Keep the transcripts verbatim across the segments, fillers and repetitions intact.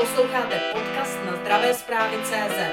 Posloucháte podcast na zdravé zprávy tečka cé zet.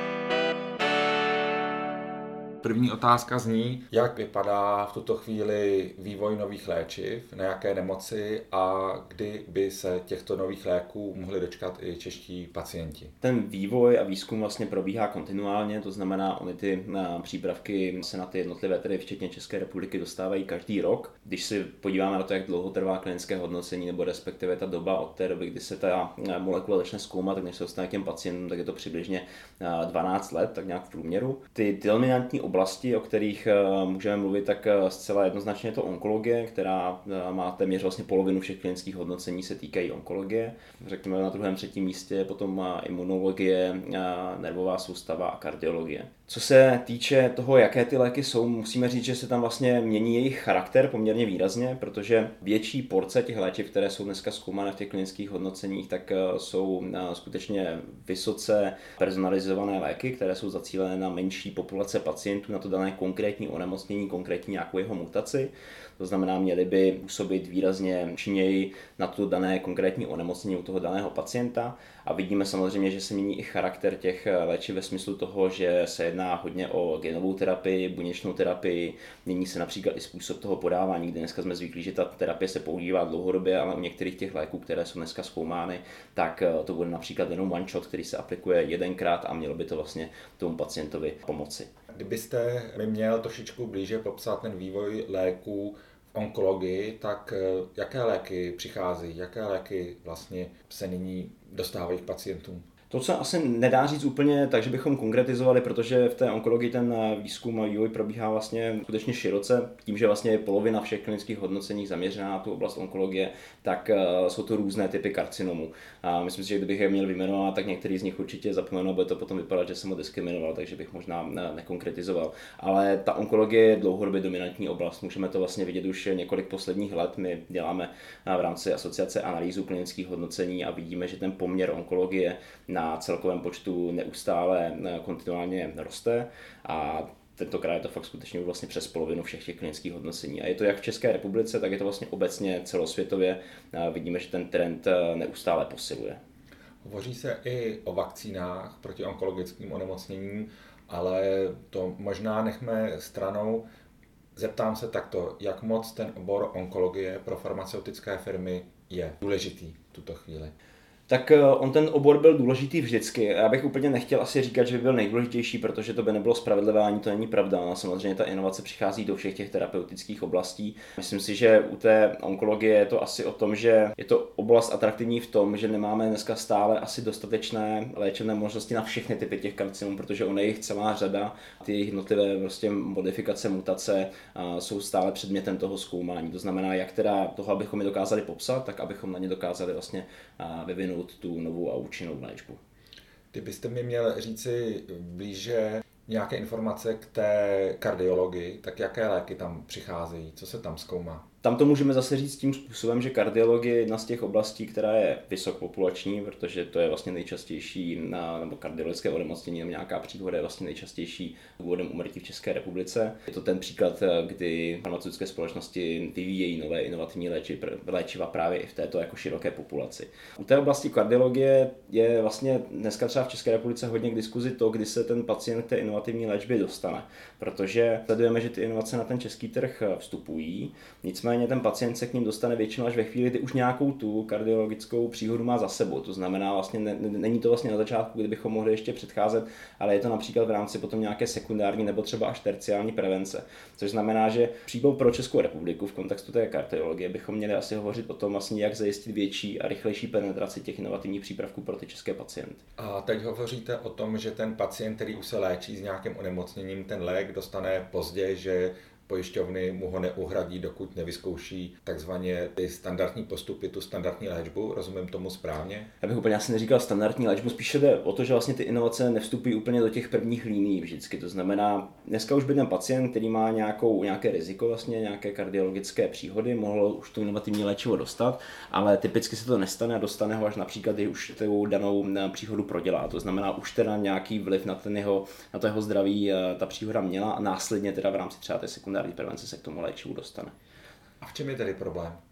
První otázka zní, jak vypadá v tuto chvíli vývoj nových léčiv, na jaké nemoci a kdy by se těchto nových léků mohli dočkat i čeští pacienti. Ten vývoj a výzkum vlastně probíhá kontinuálně, to znamená, ony ty přípravky se na ty jednotlivé, tedy včetně České republiky, dostávají každý rok. Když si podíváme na to, jak dlouho trvá klinické hodnocení, nebo respektive ta doba od té doby, kdy se ta molekula začne zkoumat, tak než se dostane k těm pacientům, tak je to přibližně dvanáct let, tak nějak v průměru. Ty dominantní oblasti, o kterých můžeme mluvit, tak zcela jednoznačně je to onkologie, která má téměř vlastně polovinu všech klinických hodnocení se týkají onkologie. Řekněme na druhém, třetím místě potom imunologie, nervová soustava a kardiologie. Co se týče toho, jaké ty léky jsou, musíme říct, že se tam vlastně mění jejich charakter poměrně výrazně, protože větší porce těch léčiv, které jsou dneska zkoumané v těch klinických hodnoceních, tak jsou skutečně vysoce personalizované léky, které jsou zacílené na menší populace pacientů, na to dané konkrétní onemocnění, konkrétní nějakou jeho mutaci. To znamená, měly by působit výrazně účinněji na to dané konkrétní onemocnění u toho daného pacienta. A vidíme samozřejmě, že se mění i charakter těch léčiv ve smyslu toho, že se jedná hodně o genovou terapii, buněčnou terapii, mění se například i způsob toho podávání, kdy dneska jsme zvyklí, že ta terapie se používá dlouhodobě, ale u některých těch léků, které jsou dneska zkoumány, tak to bude například jenom one shot, který se aplikuje jedenkrát a mělo by to vlastně tomu pacientovi pomoci. Kdybyste mi měl trošičku blíže popsat ten vývoj léků v onkologii, tak jaké léky přichází, jaké léky vlastně se nyní dostávají k pacientům? To se asi nedá říct úplně tak, že bychom konkretizovali, protože v té onkologii ten výzkum a vývoj probíhá vlastně skutečně široce. Tím, že vlastně je polovina všech klinických hodnocení zaměřená na tu oblast onkologie, tak jsou to různé typy karcinomů. A myslím si, že kdybych je měl vyjmenovat, tak některý z nich určitě zapomenu, bude to potom vypadat, že jsem ho diskriminoval, takže bych možná nekonkretizoval. Ale ta onkologie je dlouhodobě dominantní oblast. Můžeme to vlastně vidět už několik posledních let. My děláme v rámci asociace analýzu klinických hodnocení a vidíme, že ten poměr onkologie na na celkovém počtu neustále kontinuálně roste a tentokrát je to fakt skutečně vlastně přes polovinu všech těch klinických hodnocení. A je to jak v České republice, tak je to vlastně obecně celosvětově. Vidíme, že ten trend neustále posiluje. Hovoří se i o vakcínách proti onkologickým onemocněním, ale to možná nechme stranou. Zeptám se takto, jak moc ten obor onkologie pro farmaceutické firmy je důležitý v tuto chvíli? Tak on ten obor byl důležitý vždycky. Já bych úplně nechtěl asi říkat, že by byl nejdůležitější, protože to by nebylo spravedlivé, ani to není pravda. No, samozřejmě ta inovace přichází do všech těch terapeutických oblastí. Myslím si, že u té onkologie je to asi o tom, že je to oblast atraktivní v tom, že nemáme dneska stále asi dostatečné léčebné možnosti na všechny typy těch karcinomů, protože ono je jich celá řada. Ty jednotlivé prostě modifikace, mutace jsou stále předmětem toho zkoumání. To znamená, jak teda toho, abychom je dokázali popsat, tak abychom na ně dokázali vlastně vyvinout tu novou a účinnou léčbu. Kdybyste mi měl říci blíže nějaké informace k té kardiologii, tak jaké léky tam přicházejí, co se tam zkoumá? Tam to můžeme zase říct tím způsobem, že kardiologie je jedna z těch oblastí, která je vysokopopulační, protože to je vlastně nejčastější, nebo kardiologické onemocnění nebo nějaká příhoda je vlastně nejčastější důvodem úmrtí v České republice. Je to ten příklad, kdy farmaceutické společnosti vyvíjejí nové inovativní léčiva právě i v této jako široké populaci. U té oblasti kardiologie je vlastně dneska třeba v České republice hodně k diskuzi to, kdy se ten pacient k té inovativní léčbě dostane, protože sledujeme, že ty inovace na ten český trh vstupují. Nicméně ten pacient se k ním dostane většinou až ve chvíli, kdy už nějakou tu kardiologickou příhodu má za sebou. To znamená, vlastně ne, není to vlastně na začátku, kdybychom mohli ještě předcházet, ale je to například v rámci potom nějaké sekundární nebo třeba až terciální prevence. Což znamená, že přímo pro Českou republiku v kontextu té kardiologie bychom měli asi hovořit o tom, vlastně, jak zajistit větší a rychlejší penetraci těch inovativních přípravků pro ty české pacienty. A teď hovoříte o tom, že ten pacient, který už se léčí s nějakým onemocněním, ten lék dostane pozdě, že pojišťovny mu ho neuhradí, dokud nevyzkouší takzvaně ty standardní postupy, tu standardní léčbu. Rozumím tomu správně? Já bych úplně asi neříkal standardní léčbu, spíše jde o to, že vlastně ty inovace nevstupují úplně do těch prvních linií vždycky. To znamená, dneska už by ten pacient, který má nějakou, nějaké riziko, vlastně nějaké kardiologické příhody, mohl už tu inovativní léčivo dostat, ale typicky se to nestane a dostane ho až například, když už tu danou příhodu prodělá. To znamená, už teda nějaký vliv na, ten jeho, na to jeho zdraví ta příhoda měla a následně teda v rámci třeba té sekundární prevence se k tomu léčivu dostane. A v čem je tedy problém?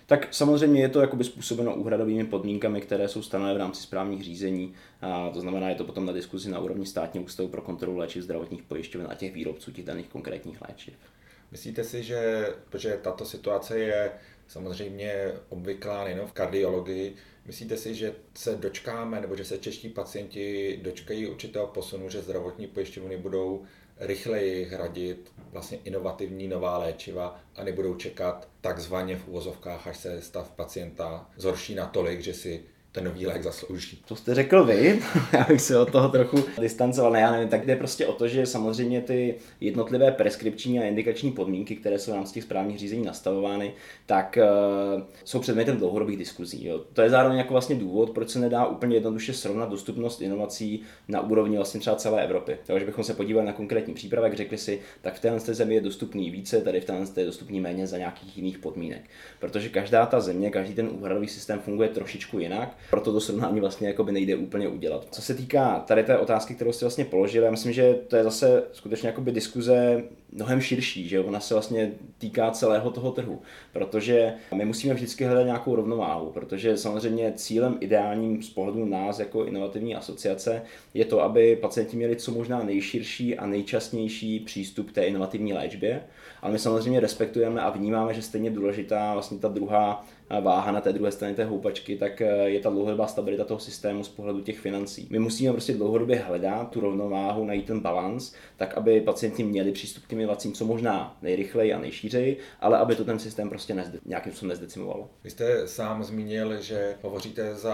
Tak samozřejmě je to jakoby způsobeno úhradovými podmínkami, které jsou stanoveny v rámci správních řízení. A to znamená, je to potom na diskuzi na úrovni státního ústavu pro kontrolu léčiv, zdravotních pojišťoven a těch výrobců těch daných konkrétních léčiv. Myslíte si, že, protože tato situace je samozřejmě obvyklá nejen v kardiologii, myslíte si, že se dočkáme, nebo že se čeští pacienti dočkají určitého posunu, že zdravotní pojišťovny budou rychleji hradit vlastně inovativní nová léčiva a nebudou čekat takzvaně v uvozovkách, až se stav pacienta zhorší natolik, že si ten nový lék zaslouží. To jste řekl vy, já bych se od toho trochu distancoval, ne, já nevím, tak jde prostě o to, že samozřejmě ty jednotlivé preskripční a indikační podmínky, které jsou v rámci těch správních řízení nastavovány, tak uh, jsou předmětem dlouhodobých diskuzí. Jo. To je zároveň jako vlastně důvod, proč se nedá úplně jednoduše srovnat dostupnost inovací na úrovni vlastně třeba celé Evropy. Takže bychom se podívali na konkrétní přípravek, řekli si, tak v téhle zemi je dostupný více, tady v téhle je dostupný méně za nějakých jiných podmínek. Protože každá ta země, každý ten úhradový systém funguje trošičku jinak. Proto to srovnání vlastně jakoby nejde úplně udělat. Co se týká tady té otázky, kterou jste vlastně položili, já myslím, že to je zase skutečně jakoby diskuze mnohem širší, že ona se vlastně týká celého toho trhu, protože my musíme vždycky hledat nějakou rovnováhu, protože samozřejmě cílem ideálním z pohledu nás jako inovativní asociace je to, aby pacienti měli co možná nejširší a nejčastnější přístup k té inovativní léčbě, ale my samozřejmě respektujeme a vnímáme, že stejně důležitá vlastně ta druhá váha na té druhé straně té houpačky, tak je ta dlouhodobá stabilita toho systému z pohledu těch financí. My musíme prostě dlouhodobě hledat tu rovnováhu, najít ten balans, tak aby pacienti měli přístup k těm inovacím co možná nejrychleji a nejšířeji, ale aby to ten systém prostě nezde, nějakým způsobem nezdecimovalo. Vy jste sám zmínil, že hovoříte za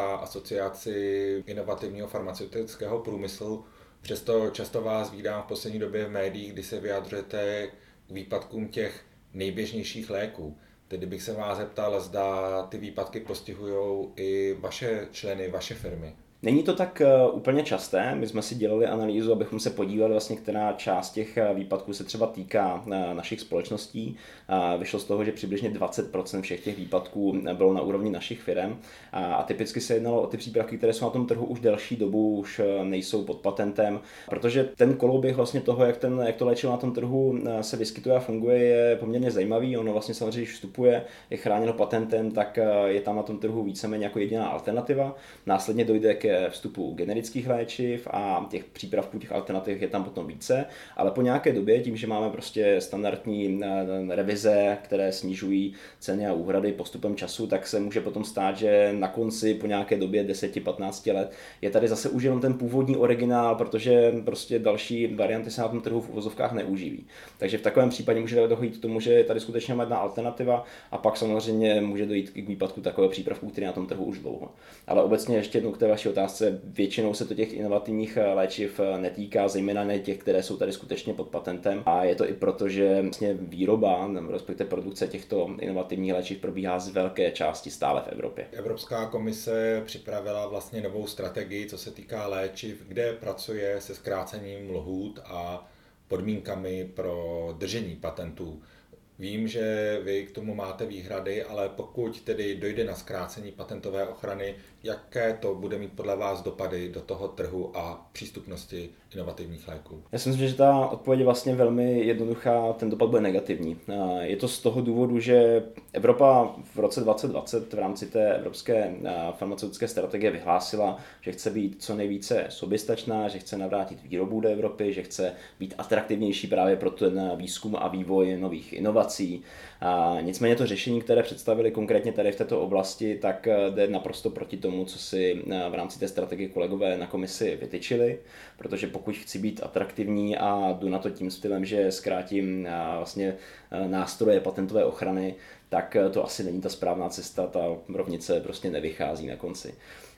asociaci inovativního farmaceutického průmyslu, přesto často vás vídám v poslední době v médiích, kdy se vyjadřujete k výpadkům těch nejběžnějších léků. Tedy bych se vás zeptal, zda ty výpadky postihují i vaše členy, vaše firmy. Není to tak uh, úplně časté, my jsme si dělali analýzu, abychom se podívali vlastně, která část těch výpadků se třeba týká uh, našich společností. Uh, vyšlo z toho, že přibližně dvacet procent všech těch výpadků bylo na úrovni našich firm uh, a typicky se jednalo o ty přípravky, které jsou na tom trhu už delší dobu, už uh, nejsou pod patentem, protože ten koloběh vlastně toho, jak, ten, jak to léčivo na tom trhu uh, se vyskytuje a funguje, je poměrně zajímavý. Ono vlastně samozřejmě, když vstupuje, je chráněno patentem, tak uh, je tam na tom trhu víceméně jako jediná alternativa. Následně dojde k vstupu generických léčiv a těch přípravků, těch alternativ je tam potom více, ale po nějaké době, tím, že máme prostě standardní revize, které snižují ceny a úhrady postupem času, tak se může potom stát, že na konci po nějaké době deset až patnáct let je tady zase už jenom ten původní originál, protože prostě další varianty se na tom trhu v uvozovkách neuživí. Takže v takovém případě může docházet k tomu, že je tady skutečně jedna alternativa a pak samozřejmě může dojít k výpadku takového přípravku, který je na tom trhu už dlouho. Ale obecně ještě jednou k té vaší otázce, většinou se to těch inovativních léčiv netýká, zejména ne těch, které jsou tady skutečně pod patentem. A je to i proto, že vlastně výroba, respektive produkce těchto inovativních léčiv probíhá z velké části stále v Evropě. Evropská komise připravila vlastně novou strategii, co se týká léčiv, kde pracuje se zkrácením lhůt a podmínkami pro držení patentů. Vím, že vy k tomu máte výhrady, ale pokud tedy dojde na zkrácení patentové ochrany, jaké to bude mít podle vás dopady do toho trhu a přístupnosti inovativních léků? Já si myslím, že ta odpověď je vlastně velmi jednoduchá, ten dopad bude negativní. Je to z toho důvodu, že Evropa v roce dvacet dvacet v rámci té evropské farmaceutické strategie vyhlásila, že chce být co nejvíce soběstačná, že chce navrátit výrobu do Evropy, že chce být atraktivnější právě pro ten výzkum a vývoj nových inovací. A nicméně to řešení, které představili konkrétně tady v této oblasti, tak jde naprosto proti tomu, co si v rámci té strategie kolegové na komisi vytyčili, protože pokud chci být atraktivní a jdu na to tím stylem, že zkrátím vlastně nástroje patentové ochrany, tak to asi není ta správná cesta, ta rovnice prostě nevychází na konci.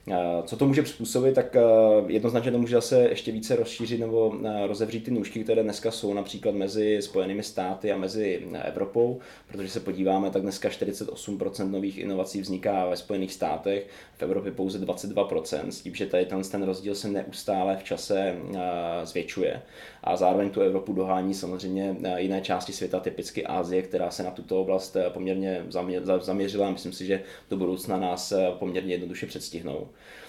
Co to může způsobit, tak jednoznačně to může zase ještě více rozšířit nebo rozevřít ty nůžky, které dneska jsou například mezi Spojenými státy a mezi Evropou, protože se podíváme, tak dneska čtyřicet osm procent nových inovací vzniká ve Spojených státech, v Evropě pouze dvacet dva procent, s tím, že tady ten, ten rozdíl se neustále v čase zvětšuje a zároveň tu Evropu dohání samozřejmě jiné části světa, typicky Asie, která se na tuto oblast poměrně poměrně zaměřila. Myslím si, že do budoucna nás poměrně jednoduše předstihnou.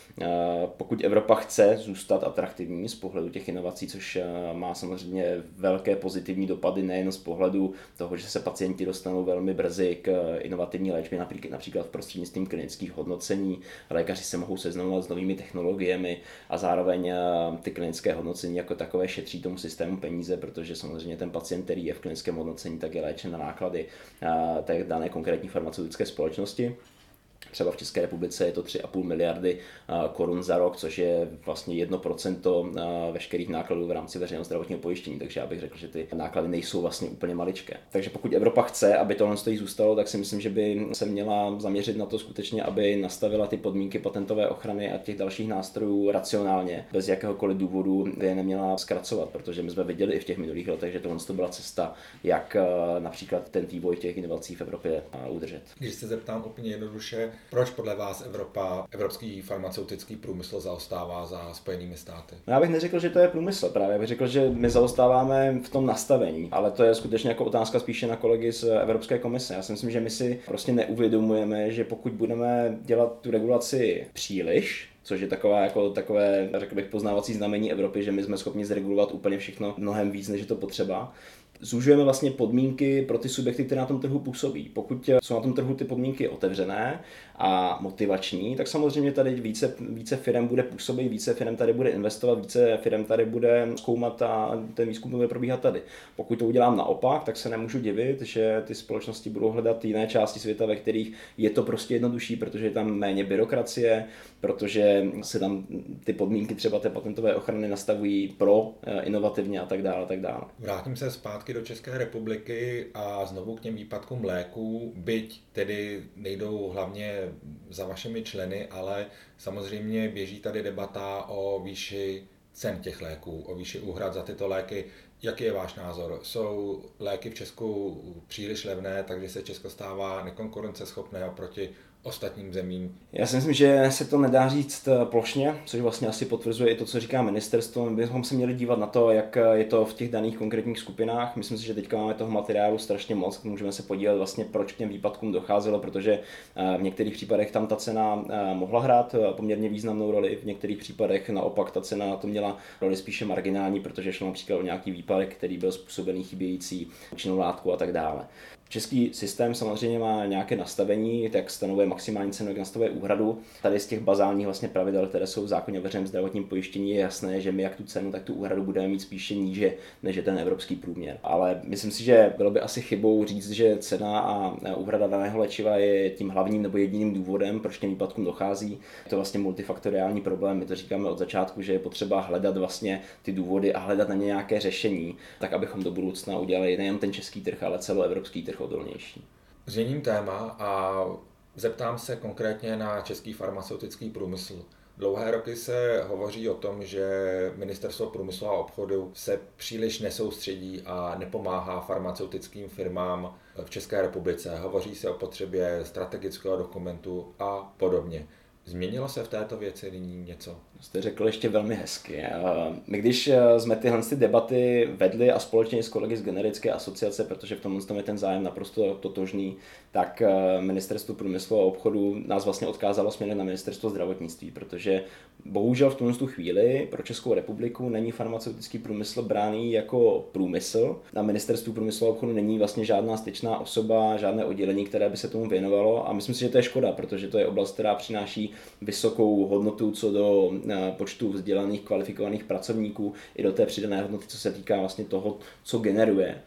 Pokud Evropa chce zůstat atraktivní z pohledu těch inovací, což má samozřejmě velké pozitivní dopady nejen z pohledu toho, že se pacienti dostanou velmi brzy k inovativní léčbě, například v prostřednictvím klinických hodnocení, lékaři se mohou seznamovat s novými technologiemi a zároveň ty klinické hodnocení jako takové šetří tomu systému peníze, protože samozřejmě ten pacient, který je v klinickém hodnocení, tak je léčen na náklady té dané konkrétní farmaceutické společnosti. Třeba v České republice je to tři a půl miliardy korun za rok, což je vlastně jedno procento veškerých nákladů v rámci veřejného zdravotního pojištění, takže já bych řekl, že ty náklady nejsou vlastně úplně maličké. Takže pokud Evropa chce, aby tohle stojí zůstalo, tak si myslím, že by se měla zaměřit na to skutečně, aby nastavila ty podmínky patentové ochrany a těch dalších nástrojů racionálně, bez jakéhokoliv důvodu je neměla zkracovat, protože my jsme viděli i v těch minulých letech, že tohle byla cesta, jak například ten vývoj těch inovací v Evropě udržet. Když se zeptám úplně jednoduše, proč podle vás Evropa, evropský farmaceutický průmysl zaostává za Spojenými státy? No já bych neřekl, že to je průmysl, právě já bych řekl, že my zaostáváme v tom nastavení, ale to je skutečně jako otázka spíše na kolegy z Evropské komise. Já si myslím, že my si prostě neuvědomujeme, že pokud budeme dělat tu regulaci příliš, což je taková, jako, takové, řekl bych, poznávací znamení Evropy, že my jsme schopni zregulovat úplně všechno mnohem víc, než je to potřeba. Zúžujeme vlastně podmínky pro ty subjekty, které na tom trhu působí. Pokud jsou na tom trhu ty podmínky otevřené a motivační, tak samozřejmě tady více, více firm bude působit, více firm tady bude investovat, více firm tady bude zkoumat a ten výzkum bude probíhat tady. Pokud to udělám naopak, tak se nemůžu divit, že ty společnosti budou hledat jiné části světa, ve kterých je to prostě jednodušší, protože je tam méně byrokracie, protože se tam ty podmínky třeba té patentové ochrany nastavují pro inovativně a tak dále, a tak dále. Vrátím se zpátky do České republiky a znovu k těm výpadkům léků, byť tedy nejdou hlavně za vašimi členy, ale samozřejmě běží tady debata o výši cen těch léků, o výši úhrad za tyto léky. Jaký je váš názor? Jsou léky v Česku příliš levné, takže se Česko stává nekonkurenceschopné oproti ostatním zemím? Já si myslím, že se to nedá říct plošně, což vlastně asi potvrzuje i to, co říká ministerstvo. My bychom se měli dívat na to, jak je to v těch daných konkrétních skupinách. Myslím si, že teďka máme toho materiálu strašně moc, můžeme se podívat vlastně, proč k těm výpadkům docházelo, protože v některých případech tam ta cena mohla hrát poměrně významnou roli, v některých případech naopak ta cena na to měla roli spíše marginální, protože šlo například o nějaký výpadek, který byl způsobený chybějící účinnou látku a tak dále. Český systém samozřejmě má nějaké nastavení, tak stanovuje maximální cenu, jak nastavuje úhradu. Tady z těch bazálních vlastně pravidel, které jsou v zákoně o veřejném zdravotním pojištění, je jasné, že my jak tu cenu, tak tu úhradu budeme mít spíše níže, než je ten evropský průměr. Ale myslím si, že bylo by asi chybou říct, že cena a úhrada daného léčiva je tím hlavním nebo jediným důvodem, proč těm výpadkům dochází. Je to vlastně multifaktoriální problém. My to říkáme od začátku, že je potřeba hledat vlastně ty důvody a hledat na ně nějaké řešení, tak abychom do budoucna udělali nejen ten český trh, ale celoevropský trh odolnější. Změním téma a zeptám se konkrétně na český farmaceutický průmysl. Dlouhé roky se hovoří o tom, že Ministerstvo průmyslu a obchodu se příliš nesoustředí a nepomáhá farmaceutickým firmám v České republice. Hovoří se o potřebě strategického dokumentu a podobně. Změnilo se v této věci nyní něco? Jste řekl ještě velmi hezky. My když jsme tyhle ty debaty vedli a společně s kolegy z generické asociace, protože v tomhle tom je ten zájem naprosto totožný, tak Ministerstvo průmyslu a obchodu nás vlastně odkázalo směrem na Ministerstvo zdravotnictví, protože bohužel v tuhle chvíli pro Českou republiku není farmaceutický průmysl bráný jako průmysl. Na Ministerstvu průmyslu a obchodu není vlastně žádná styčná osoba, žádné oddělení, které by se tomu věnovalo, a myslím si, že to je škoda, protože to je oblast, která přináší vysokou hodnotu co do počtu vzdělaných, kvalifikovaných pracovníků i do té přidané hodnoty, co se týká vlastně toho, co generuje.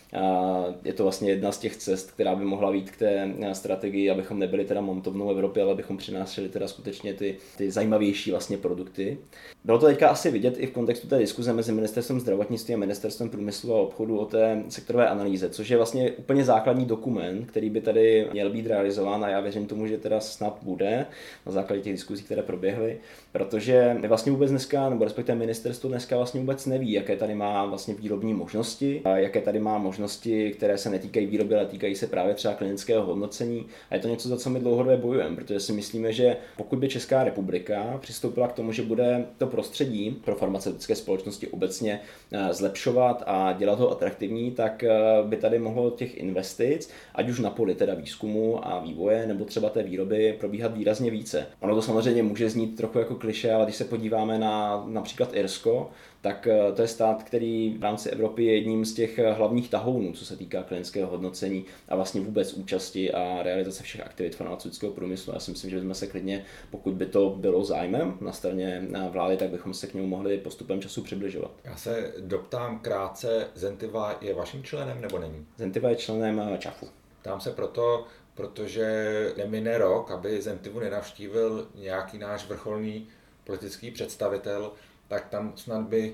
Je to vlastně jedna z těch cest, která by mohla být k té strategii, abychom nebyli teda montovnou Evropy, ale abychom přinášeli teda skutečně ty, ty zajímavější vlastně produkty. Bylo to teďka asi vidět i v kontextu té diskuze mezi Ministerstvem zdravotnictví a Ministerstvem průmyslu a obchodu o té sektorové analýze, což je vlastně úplně základní dokument, který by tady měl být realizován, a já věřím tomu, že teda snad bude na základě těch diskuzí, které proběhly, protože my vlastně vůbec dneska, nebo respektive ministerstvo dneska vlastně vůbec neví, jaké tady má vlastně výrobní možnosti, jaké tady má možnosti společnosti, které se netýkají výroby, ale týkají se právě třeba klinického hodnocení. A je to něco, za co my dlouhodobě bojujeme, protože si myslíme, že pokud by Česká republika přistoupila k tomu, že bude to prostředí pro farmaceutické společnosti obecně zlepšovat a dělat ho atraktivní, tak by tady mohlo těch investic, ať už na poli teda výzkumu a vývoje, nebo třeba té výroby, probíhat výrazně více. Ono to samozřejmě může znít trochu jako klišé, ale když se podíváme na například Irsko, tak to je stát, který v rámci Evropy je jedním z těch hlavních tahounů, co se týká klinického hodnocení a vlastně vůbec účasti a realizace všech aktivit farmaceutického průmyslu. Já si myslím, že bychom se klidně, pokud by to bylo zájmem na straně vlády, tak bychom se k němu mohli postupem času přibližovat. Já se doptám krátce, Zentiva je vaším členem nebo není? Zentiva je členem ČAFu. Ptám se proto, protože nemine rok, aby Zentivu nenavštívil nějaký náš vrcholný politický představitel, tak tam snad by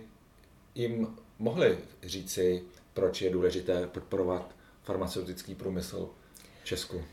jim mohli říci, proč je důležité podporovat farmaceutický průmysl v Česku.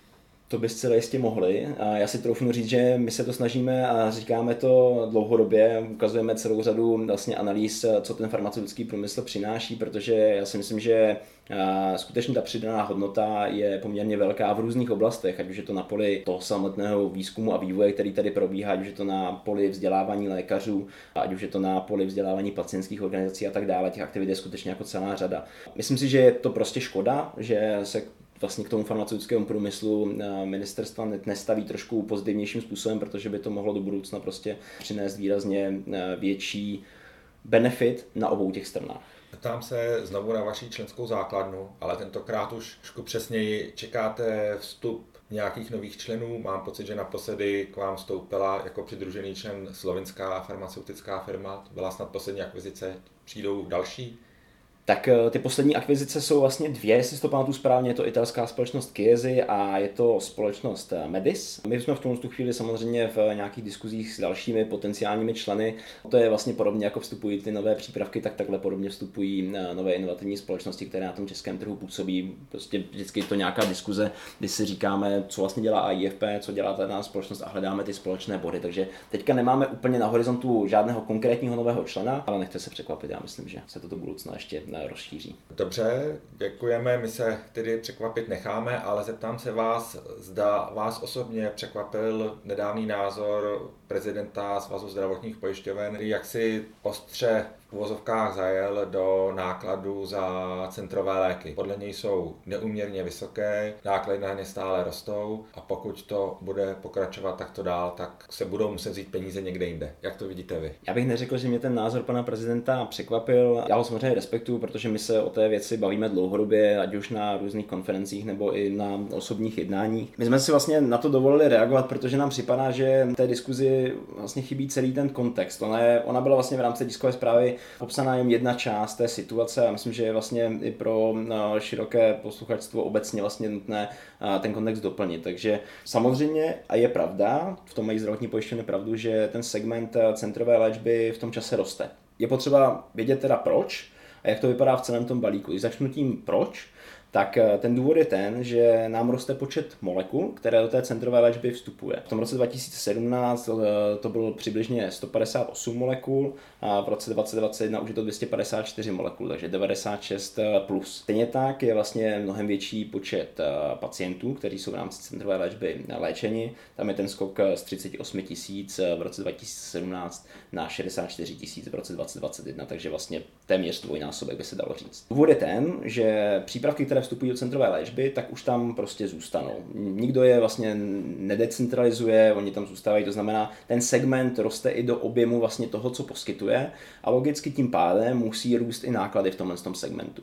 To by zcela jistě mohli. A já si troufnu říct, že my se to snažíme a říkáme to dlouhodobě, ukazujeme celou řadu vlastně analýz, co ten farmaceutický průmysl přináší, protože já si myslím, že skutečně ta přidaná hodnota je poměrně velká v různých oblastech, ať už je to na poli toho samotného výzkumu a vývoje, který tady probíhá, ať už je to na poli vzdělávání lékařů, ať už je to na poli vzdělávání pacientských organizací a tak dále. Těch aktivit je skutečně jako celá řada. Myslím si, že je to prostě škoda, že se vlastně k tomu farmaceutickému průmyslu ministerstva nestaví trošku pozitivnějším způsobem, protože by to mohlo do budoucna prostě přinést výrazně větší benefit na obou těch stranách. Ptám se znovu na vaši členskou základnu, ale tentokrát už trošku přesněji. Čekáte vstup nějakých nových členů? Mám pocit, že naposledy k vám vstoupila jako přidružený člen slovinská farmaceutická firma. Byla snad poslední akvizice. Přijdou další? Tak ty poslední akvizice jsou vlastně dvě, jestli to pamatuju správně, je to italská společnost Chiesi a je to společnost Medis. My jsme v tomto chvíli samozřejmě v nějakých diskuzích s dalšími potenciálními členy. To je vlastně podobně, jako vstupují ty nové přípravky, tak takhle podobně vstupují nové inovativní společnosti, které na tom českém trhu působí. Prostě vždycky je to nějaká diskuze, kdy si říkáme, co vlastně dělá A I F P, co dělá ta společnost a hledáme ty společné body. Takže teďka nemáme úplně na horizontu žádného konkrétního nového člena, ale nechte se překvapit, já myslím, že se to do budoucna ještě rozšíří. Dobře, děkujeme, my se tedy překvapit necháme, ale zeptám se vás, zda vás osobně překvapil nedávný názor prezidenta Svazu zdravotních pojišťoven, jak si ostře v uvozovkách zajel do nákladů za centrové léky. Podle něj jsou neúměrně vysoké, náklady na ně stále rostou a pokud to bude pokračovat takto dál, tak se budou muset vzít peníze někde jinde. Jak to vidíte vy? Já bych neřekl, že mě ten názor pana prezidenta překvapil. Já ho samozřejmě respektuju, protože my se o té věci bavíme dlouhodobě, ať už na různých konferencích nebo i na osobních jednáních. My jsme si vlastně na to dovolili reagovat, protože nám připadá, že v té diskuzi vlastně chybí celý ten kontext. Ona, je, ona byla vlastně v rámci tiskové zprávy popsaná jen jedna část té situace a myslím, že je vlastně i pro široké posluchačstvo obecně vlastně nutné ten kontext doplnit. Takže samozřejmě, a je pravda, v tom mají zdravotní pojišťovny pravdu, že ten segment centrové léčby v tom čase roste. Je potřeba vědět teda proč a jak to vypadá v celém tom balíku. Když začnu tím proč, tak ten důvod je ten, že nám roste počet molekul, které do té centrové léčby vstupuje. V tom roce dva tisíce sedmnáct to bylo přibližně sto padesát osm molekul a v roce dva tisíce dvacet jedna už je to dvě stě padesát čtyři molekul, takže devadesát šest plus. Stejně tak je vlastně mnohem větší počet pacientů, kteří jsou v rámci centrové léčby léčeni. Tam je ten skok z třicet osm tisíc v roce dva tisíce sedmnáct na šedesát čtyři tisíc v roce dva tisíce dvacet jedna, takže vlastně téměř dvojnásobek by se dalo říct. Důvod je ten, že přípravky, které vstupují do centrové léčby, tak už tam prostě zůstanou. Nikdo je vlastně nedecentralizuje, oni tam zůstávají, to znamená, ten segment roste i do objemu vlastně toho, co poskytuje a logicky tím pádem musí růst i náklady v tomhle tom segmentu.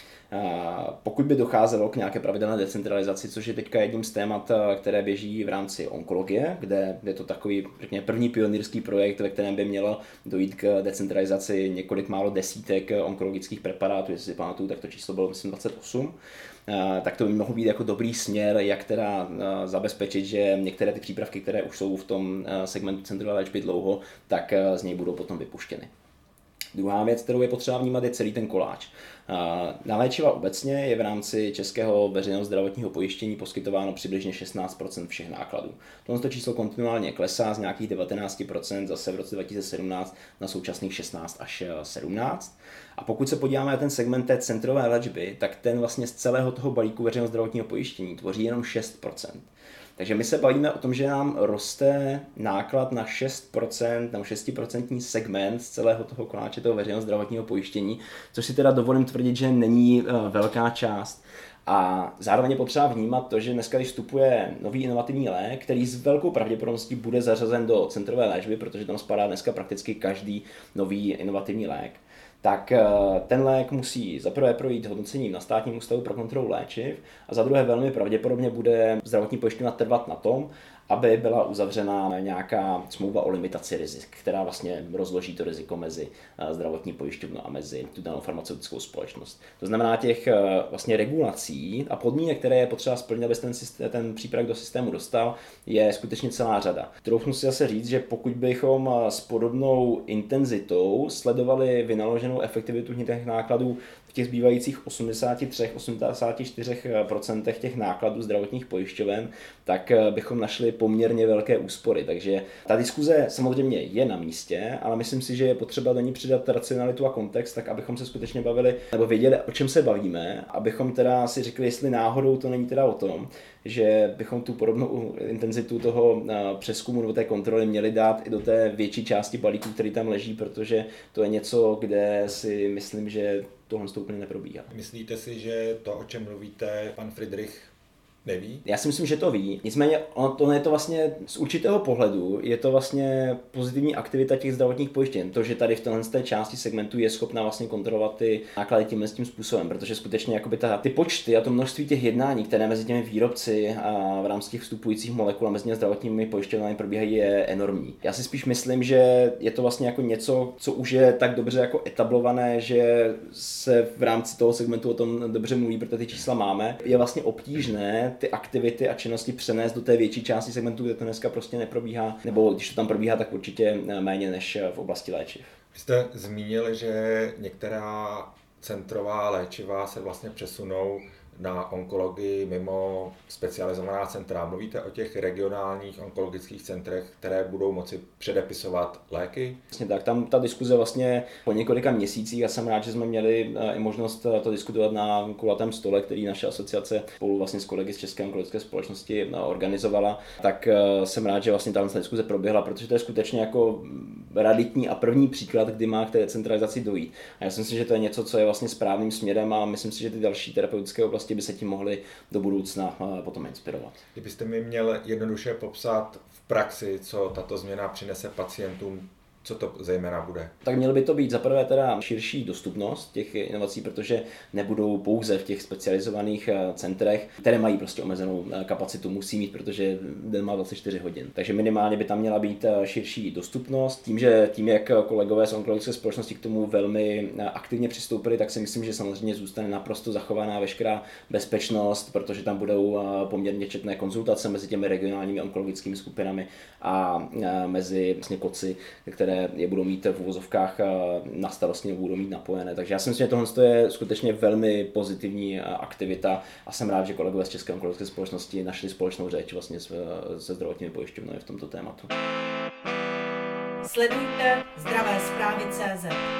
Pokud by docházelo k nějaké pravidelné decentralizaci, což je teďka jedním z témat, které běží v rámci onkologie, kde je to takový řekněme, první pionýrský projekt, ve kterém by mělo dojít k decentralizaci několik málo desítek onkologických preparátů, jestli si pamatuju, tak to číslo bylo myslím dvacet osm, tak to by mohl být jako dobrý směr, jak teda zabezpečit, že některé ty přípravky, které už jsou v tom segmentu centrové léčby dlouho, tak z něj budou potom vypuštěny. Druhá věc, kterou je potřeba vnímat, je celý ten koláč. Na léčiva obecně je v rámci českého veřejného zdravotního pojištění poskytováno přibližně šestnáct procent všech nákladů. Tohle číslo kontinuálně klesá z nějakých devatenáct procent zase v roce dva tisíce sedmnáct na současných šestnáct až sedmnáct. A pokud se podíváme na ten segment té centrové léčby, tak ten vlastně z celého toho balíku veřejného zdravotního pojištění tvoří jenom šest procent. Takže my se bavíme o tom, že nám roste náklad na šest procent, na šest procent segment z celého toho koláče toho veřejného zdravotního pojištění, což si teda dovolím tvrdit, že není velká část. A zároveň je potřeba vnímat to, že dneska, když vstupuje nový inovativní lék, který s velkou pravděpodobností bude zařazen do centrové léčby, protože tam spadá dneska prakticky každý nový inovativní lék, tak ten lék musí zaprvé projít hodnocením na Státním ústavu pro kontrolu léčiv a za druhé velmi pravděpodobně bude zdravotní pojišťovna trvat na tom, aby byla uzavřena nějaká smlouva o limitaci rizik, která vlastně rozloží to riziko mezi zdravotní pojišťovnou a mezi tu danou farmaceutickou společnost. To znamená těch vlastně regulací a podmínek, které je potřeba splnit, aby ten, systém, ten přípravek do systému dostal, je skutečně celá řada. Troufnu si zase říct, že pokud bychom s podobnou intenzitou sledovali vynaloženou efektivitu těch nákladů v těch zbývajících osmdesát tři až osmdesát čtyři procent těch nákladů zdravotních pojišťoven, tak bychom našli poměrně velké úspory. Takže ta diskuze samozřejmě je na místě, ale myslím si, že je potřeba do ní přidat racionalitu a kontext, tak abychom se skutečně bavili nebo věděli, o čem se bavíme, abychom teda si řekli, jestli náhodou to není teda o tom, že bychom tu podobnou intenzitu toho přezkumu nebo té kontroly měli dát i do té větší části balíku, který tam leží, protože to je něco, kde si myslím, že tohle úplně neprobíhá. Myslíte si, že to, o čem mluvíte, pan Friedrich neví? Já si myslím, že to ví. Nicméně ono to je to vlastně z určitého pohledu, je to vlastně pozitivní aktivita těch zdravotních pojištěn. To, že tady v téhle té části segmentu je schopná vlastně kontrolovat ty náklady tímhle tím způsobem, protože skutečně jakoby ta, ty počty a to množství těch jednání, které mezi těmi výrobci a v rámci těch vstupujících molekul a mezi těmi zdravotními pojišťovnami probíhají, je enormní. Já si spíš myslím, že je to vlastně jako něco, co už je tak dobře jako etablované, že se v rámci toho segmentu o tom dobře mluví, protože ty čísla máme. Je vlastně obtížné ty aktivity a činnosti přenést do té větší části segmentu, kde to dneska prostě neprobíhá, nebo když to tam probíhá, tak určitě méně než v oblasti léčiv. Vy jste zmínil, že některá centrová léčiva se vlastně přesunou na onkologii mimo specializovaná centra. Mluvíte o těch regionálních onkologických centrech, které budou moci předepisovat léky? Vlastně tak, tam ta diskuze vlastně po několika měsících a jsem rád, že jsme měli i možnost to diskutovat na kulatém stole, který naše asociace spolu vlastně s kolegy z České onkologické společnosti organizovala, tak jsem rád, že vlastně ta diskuze proběhla, protože to je skutečně jako realitní a první příklad, kdy má k té decentralizaci dojít. A já si myslím, že to je něco, co je vlastně správným směrem a myslím si, že ty další terapeutické oblasti by se tím mohli do budoucna potom inspirovat. Kdybyste mi měl jednoduše popsat v praxi, co tato změna přinese pacientům, co to zejména bude? Tak mělo by to být zaprvé teda širší dostupnost těch inovací, protože nebudou pouze v těch specializovaných centrech, které mají prostě omezenou kapacitu, musí mít, protože den má dvacet čtyři hodin. Takže minimálně by tam měla být širší dostupnost. Tím, že tím, jak kolegové z onkologické společnosti k tomu velmi aktivně přistoupili, tak si myslím, že samozřejmě zůstane naprosto zachovaná veškerá bezpečnost, protože tam budou poměrně četné konzultace mezi těmi regionálními onkologickými skupinami a mezi vlastně koci, které je budou mít v uvozovkách na starosti nebo budou mít napojené. Takže já si myslím, že tohle je skutečně velmi pozitivní aktivita a jsem rád, že kolegové z České onkologické společnosti našli společnou řeč vlastně se zdravotními pojišťovnami v tomto tématu. Sledujte Zdravé zprávy tečka cé zet.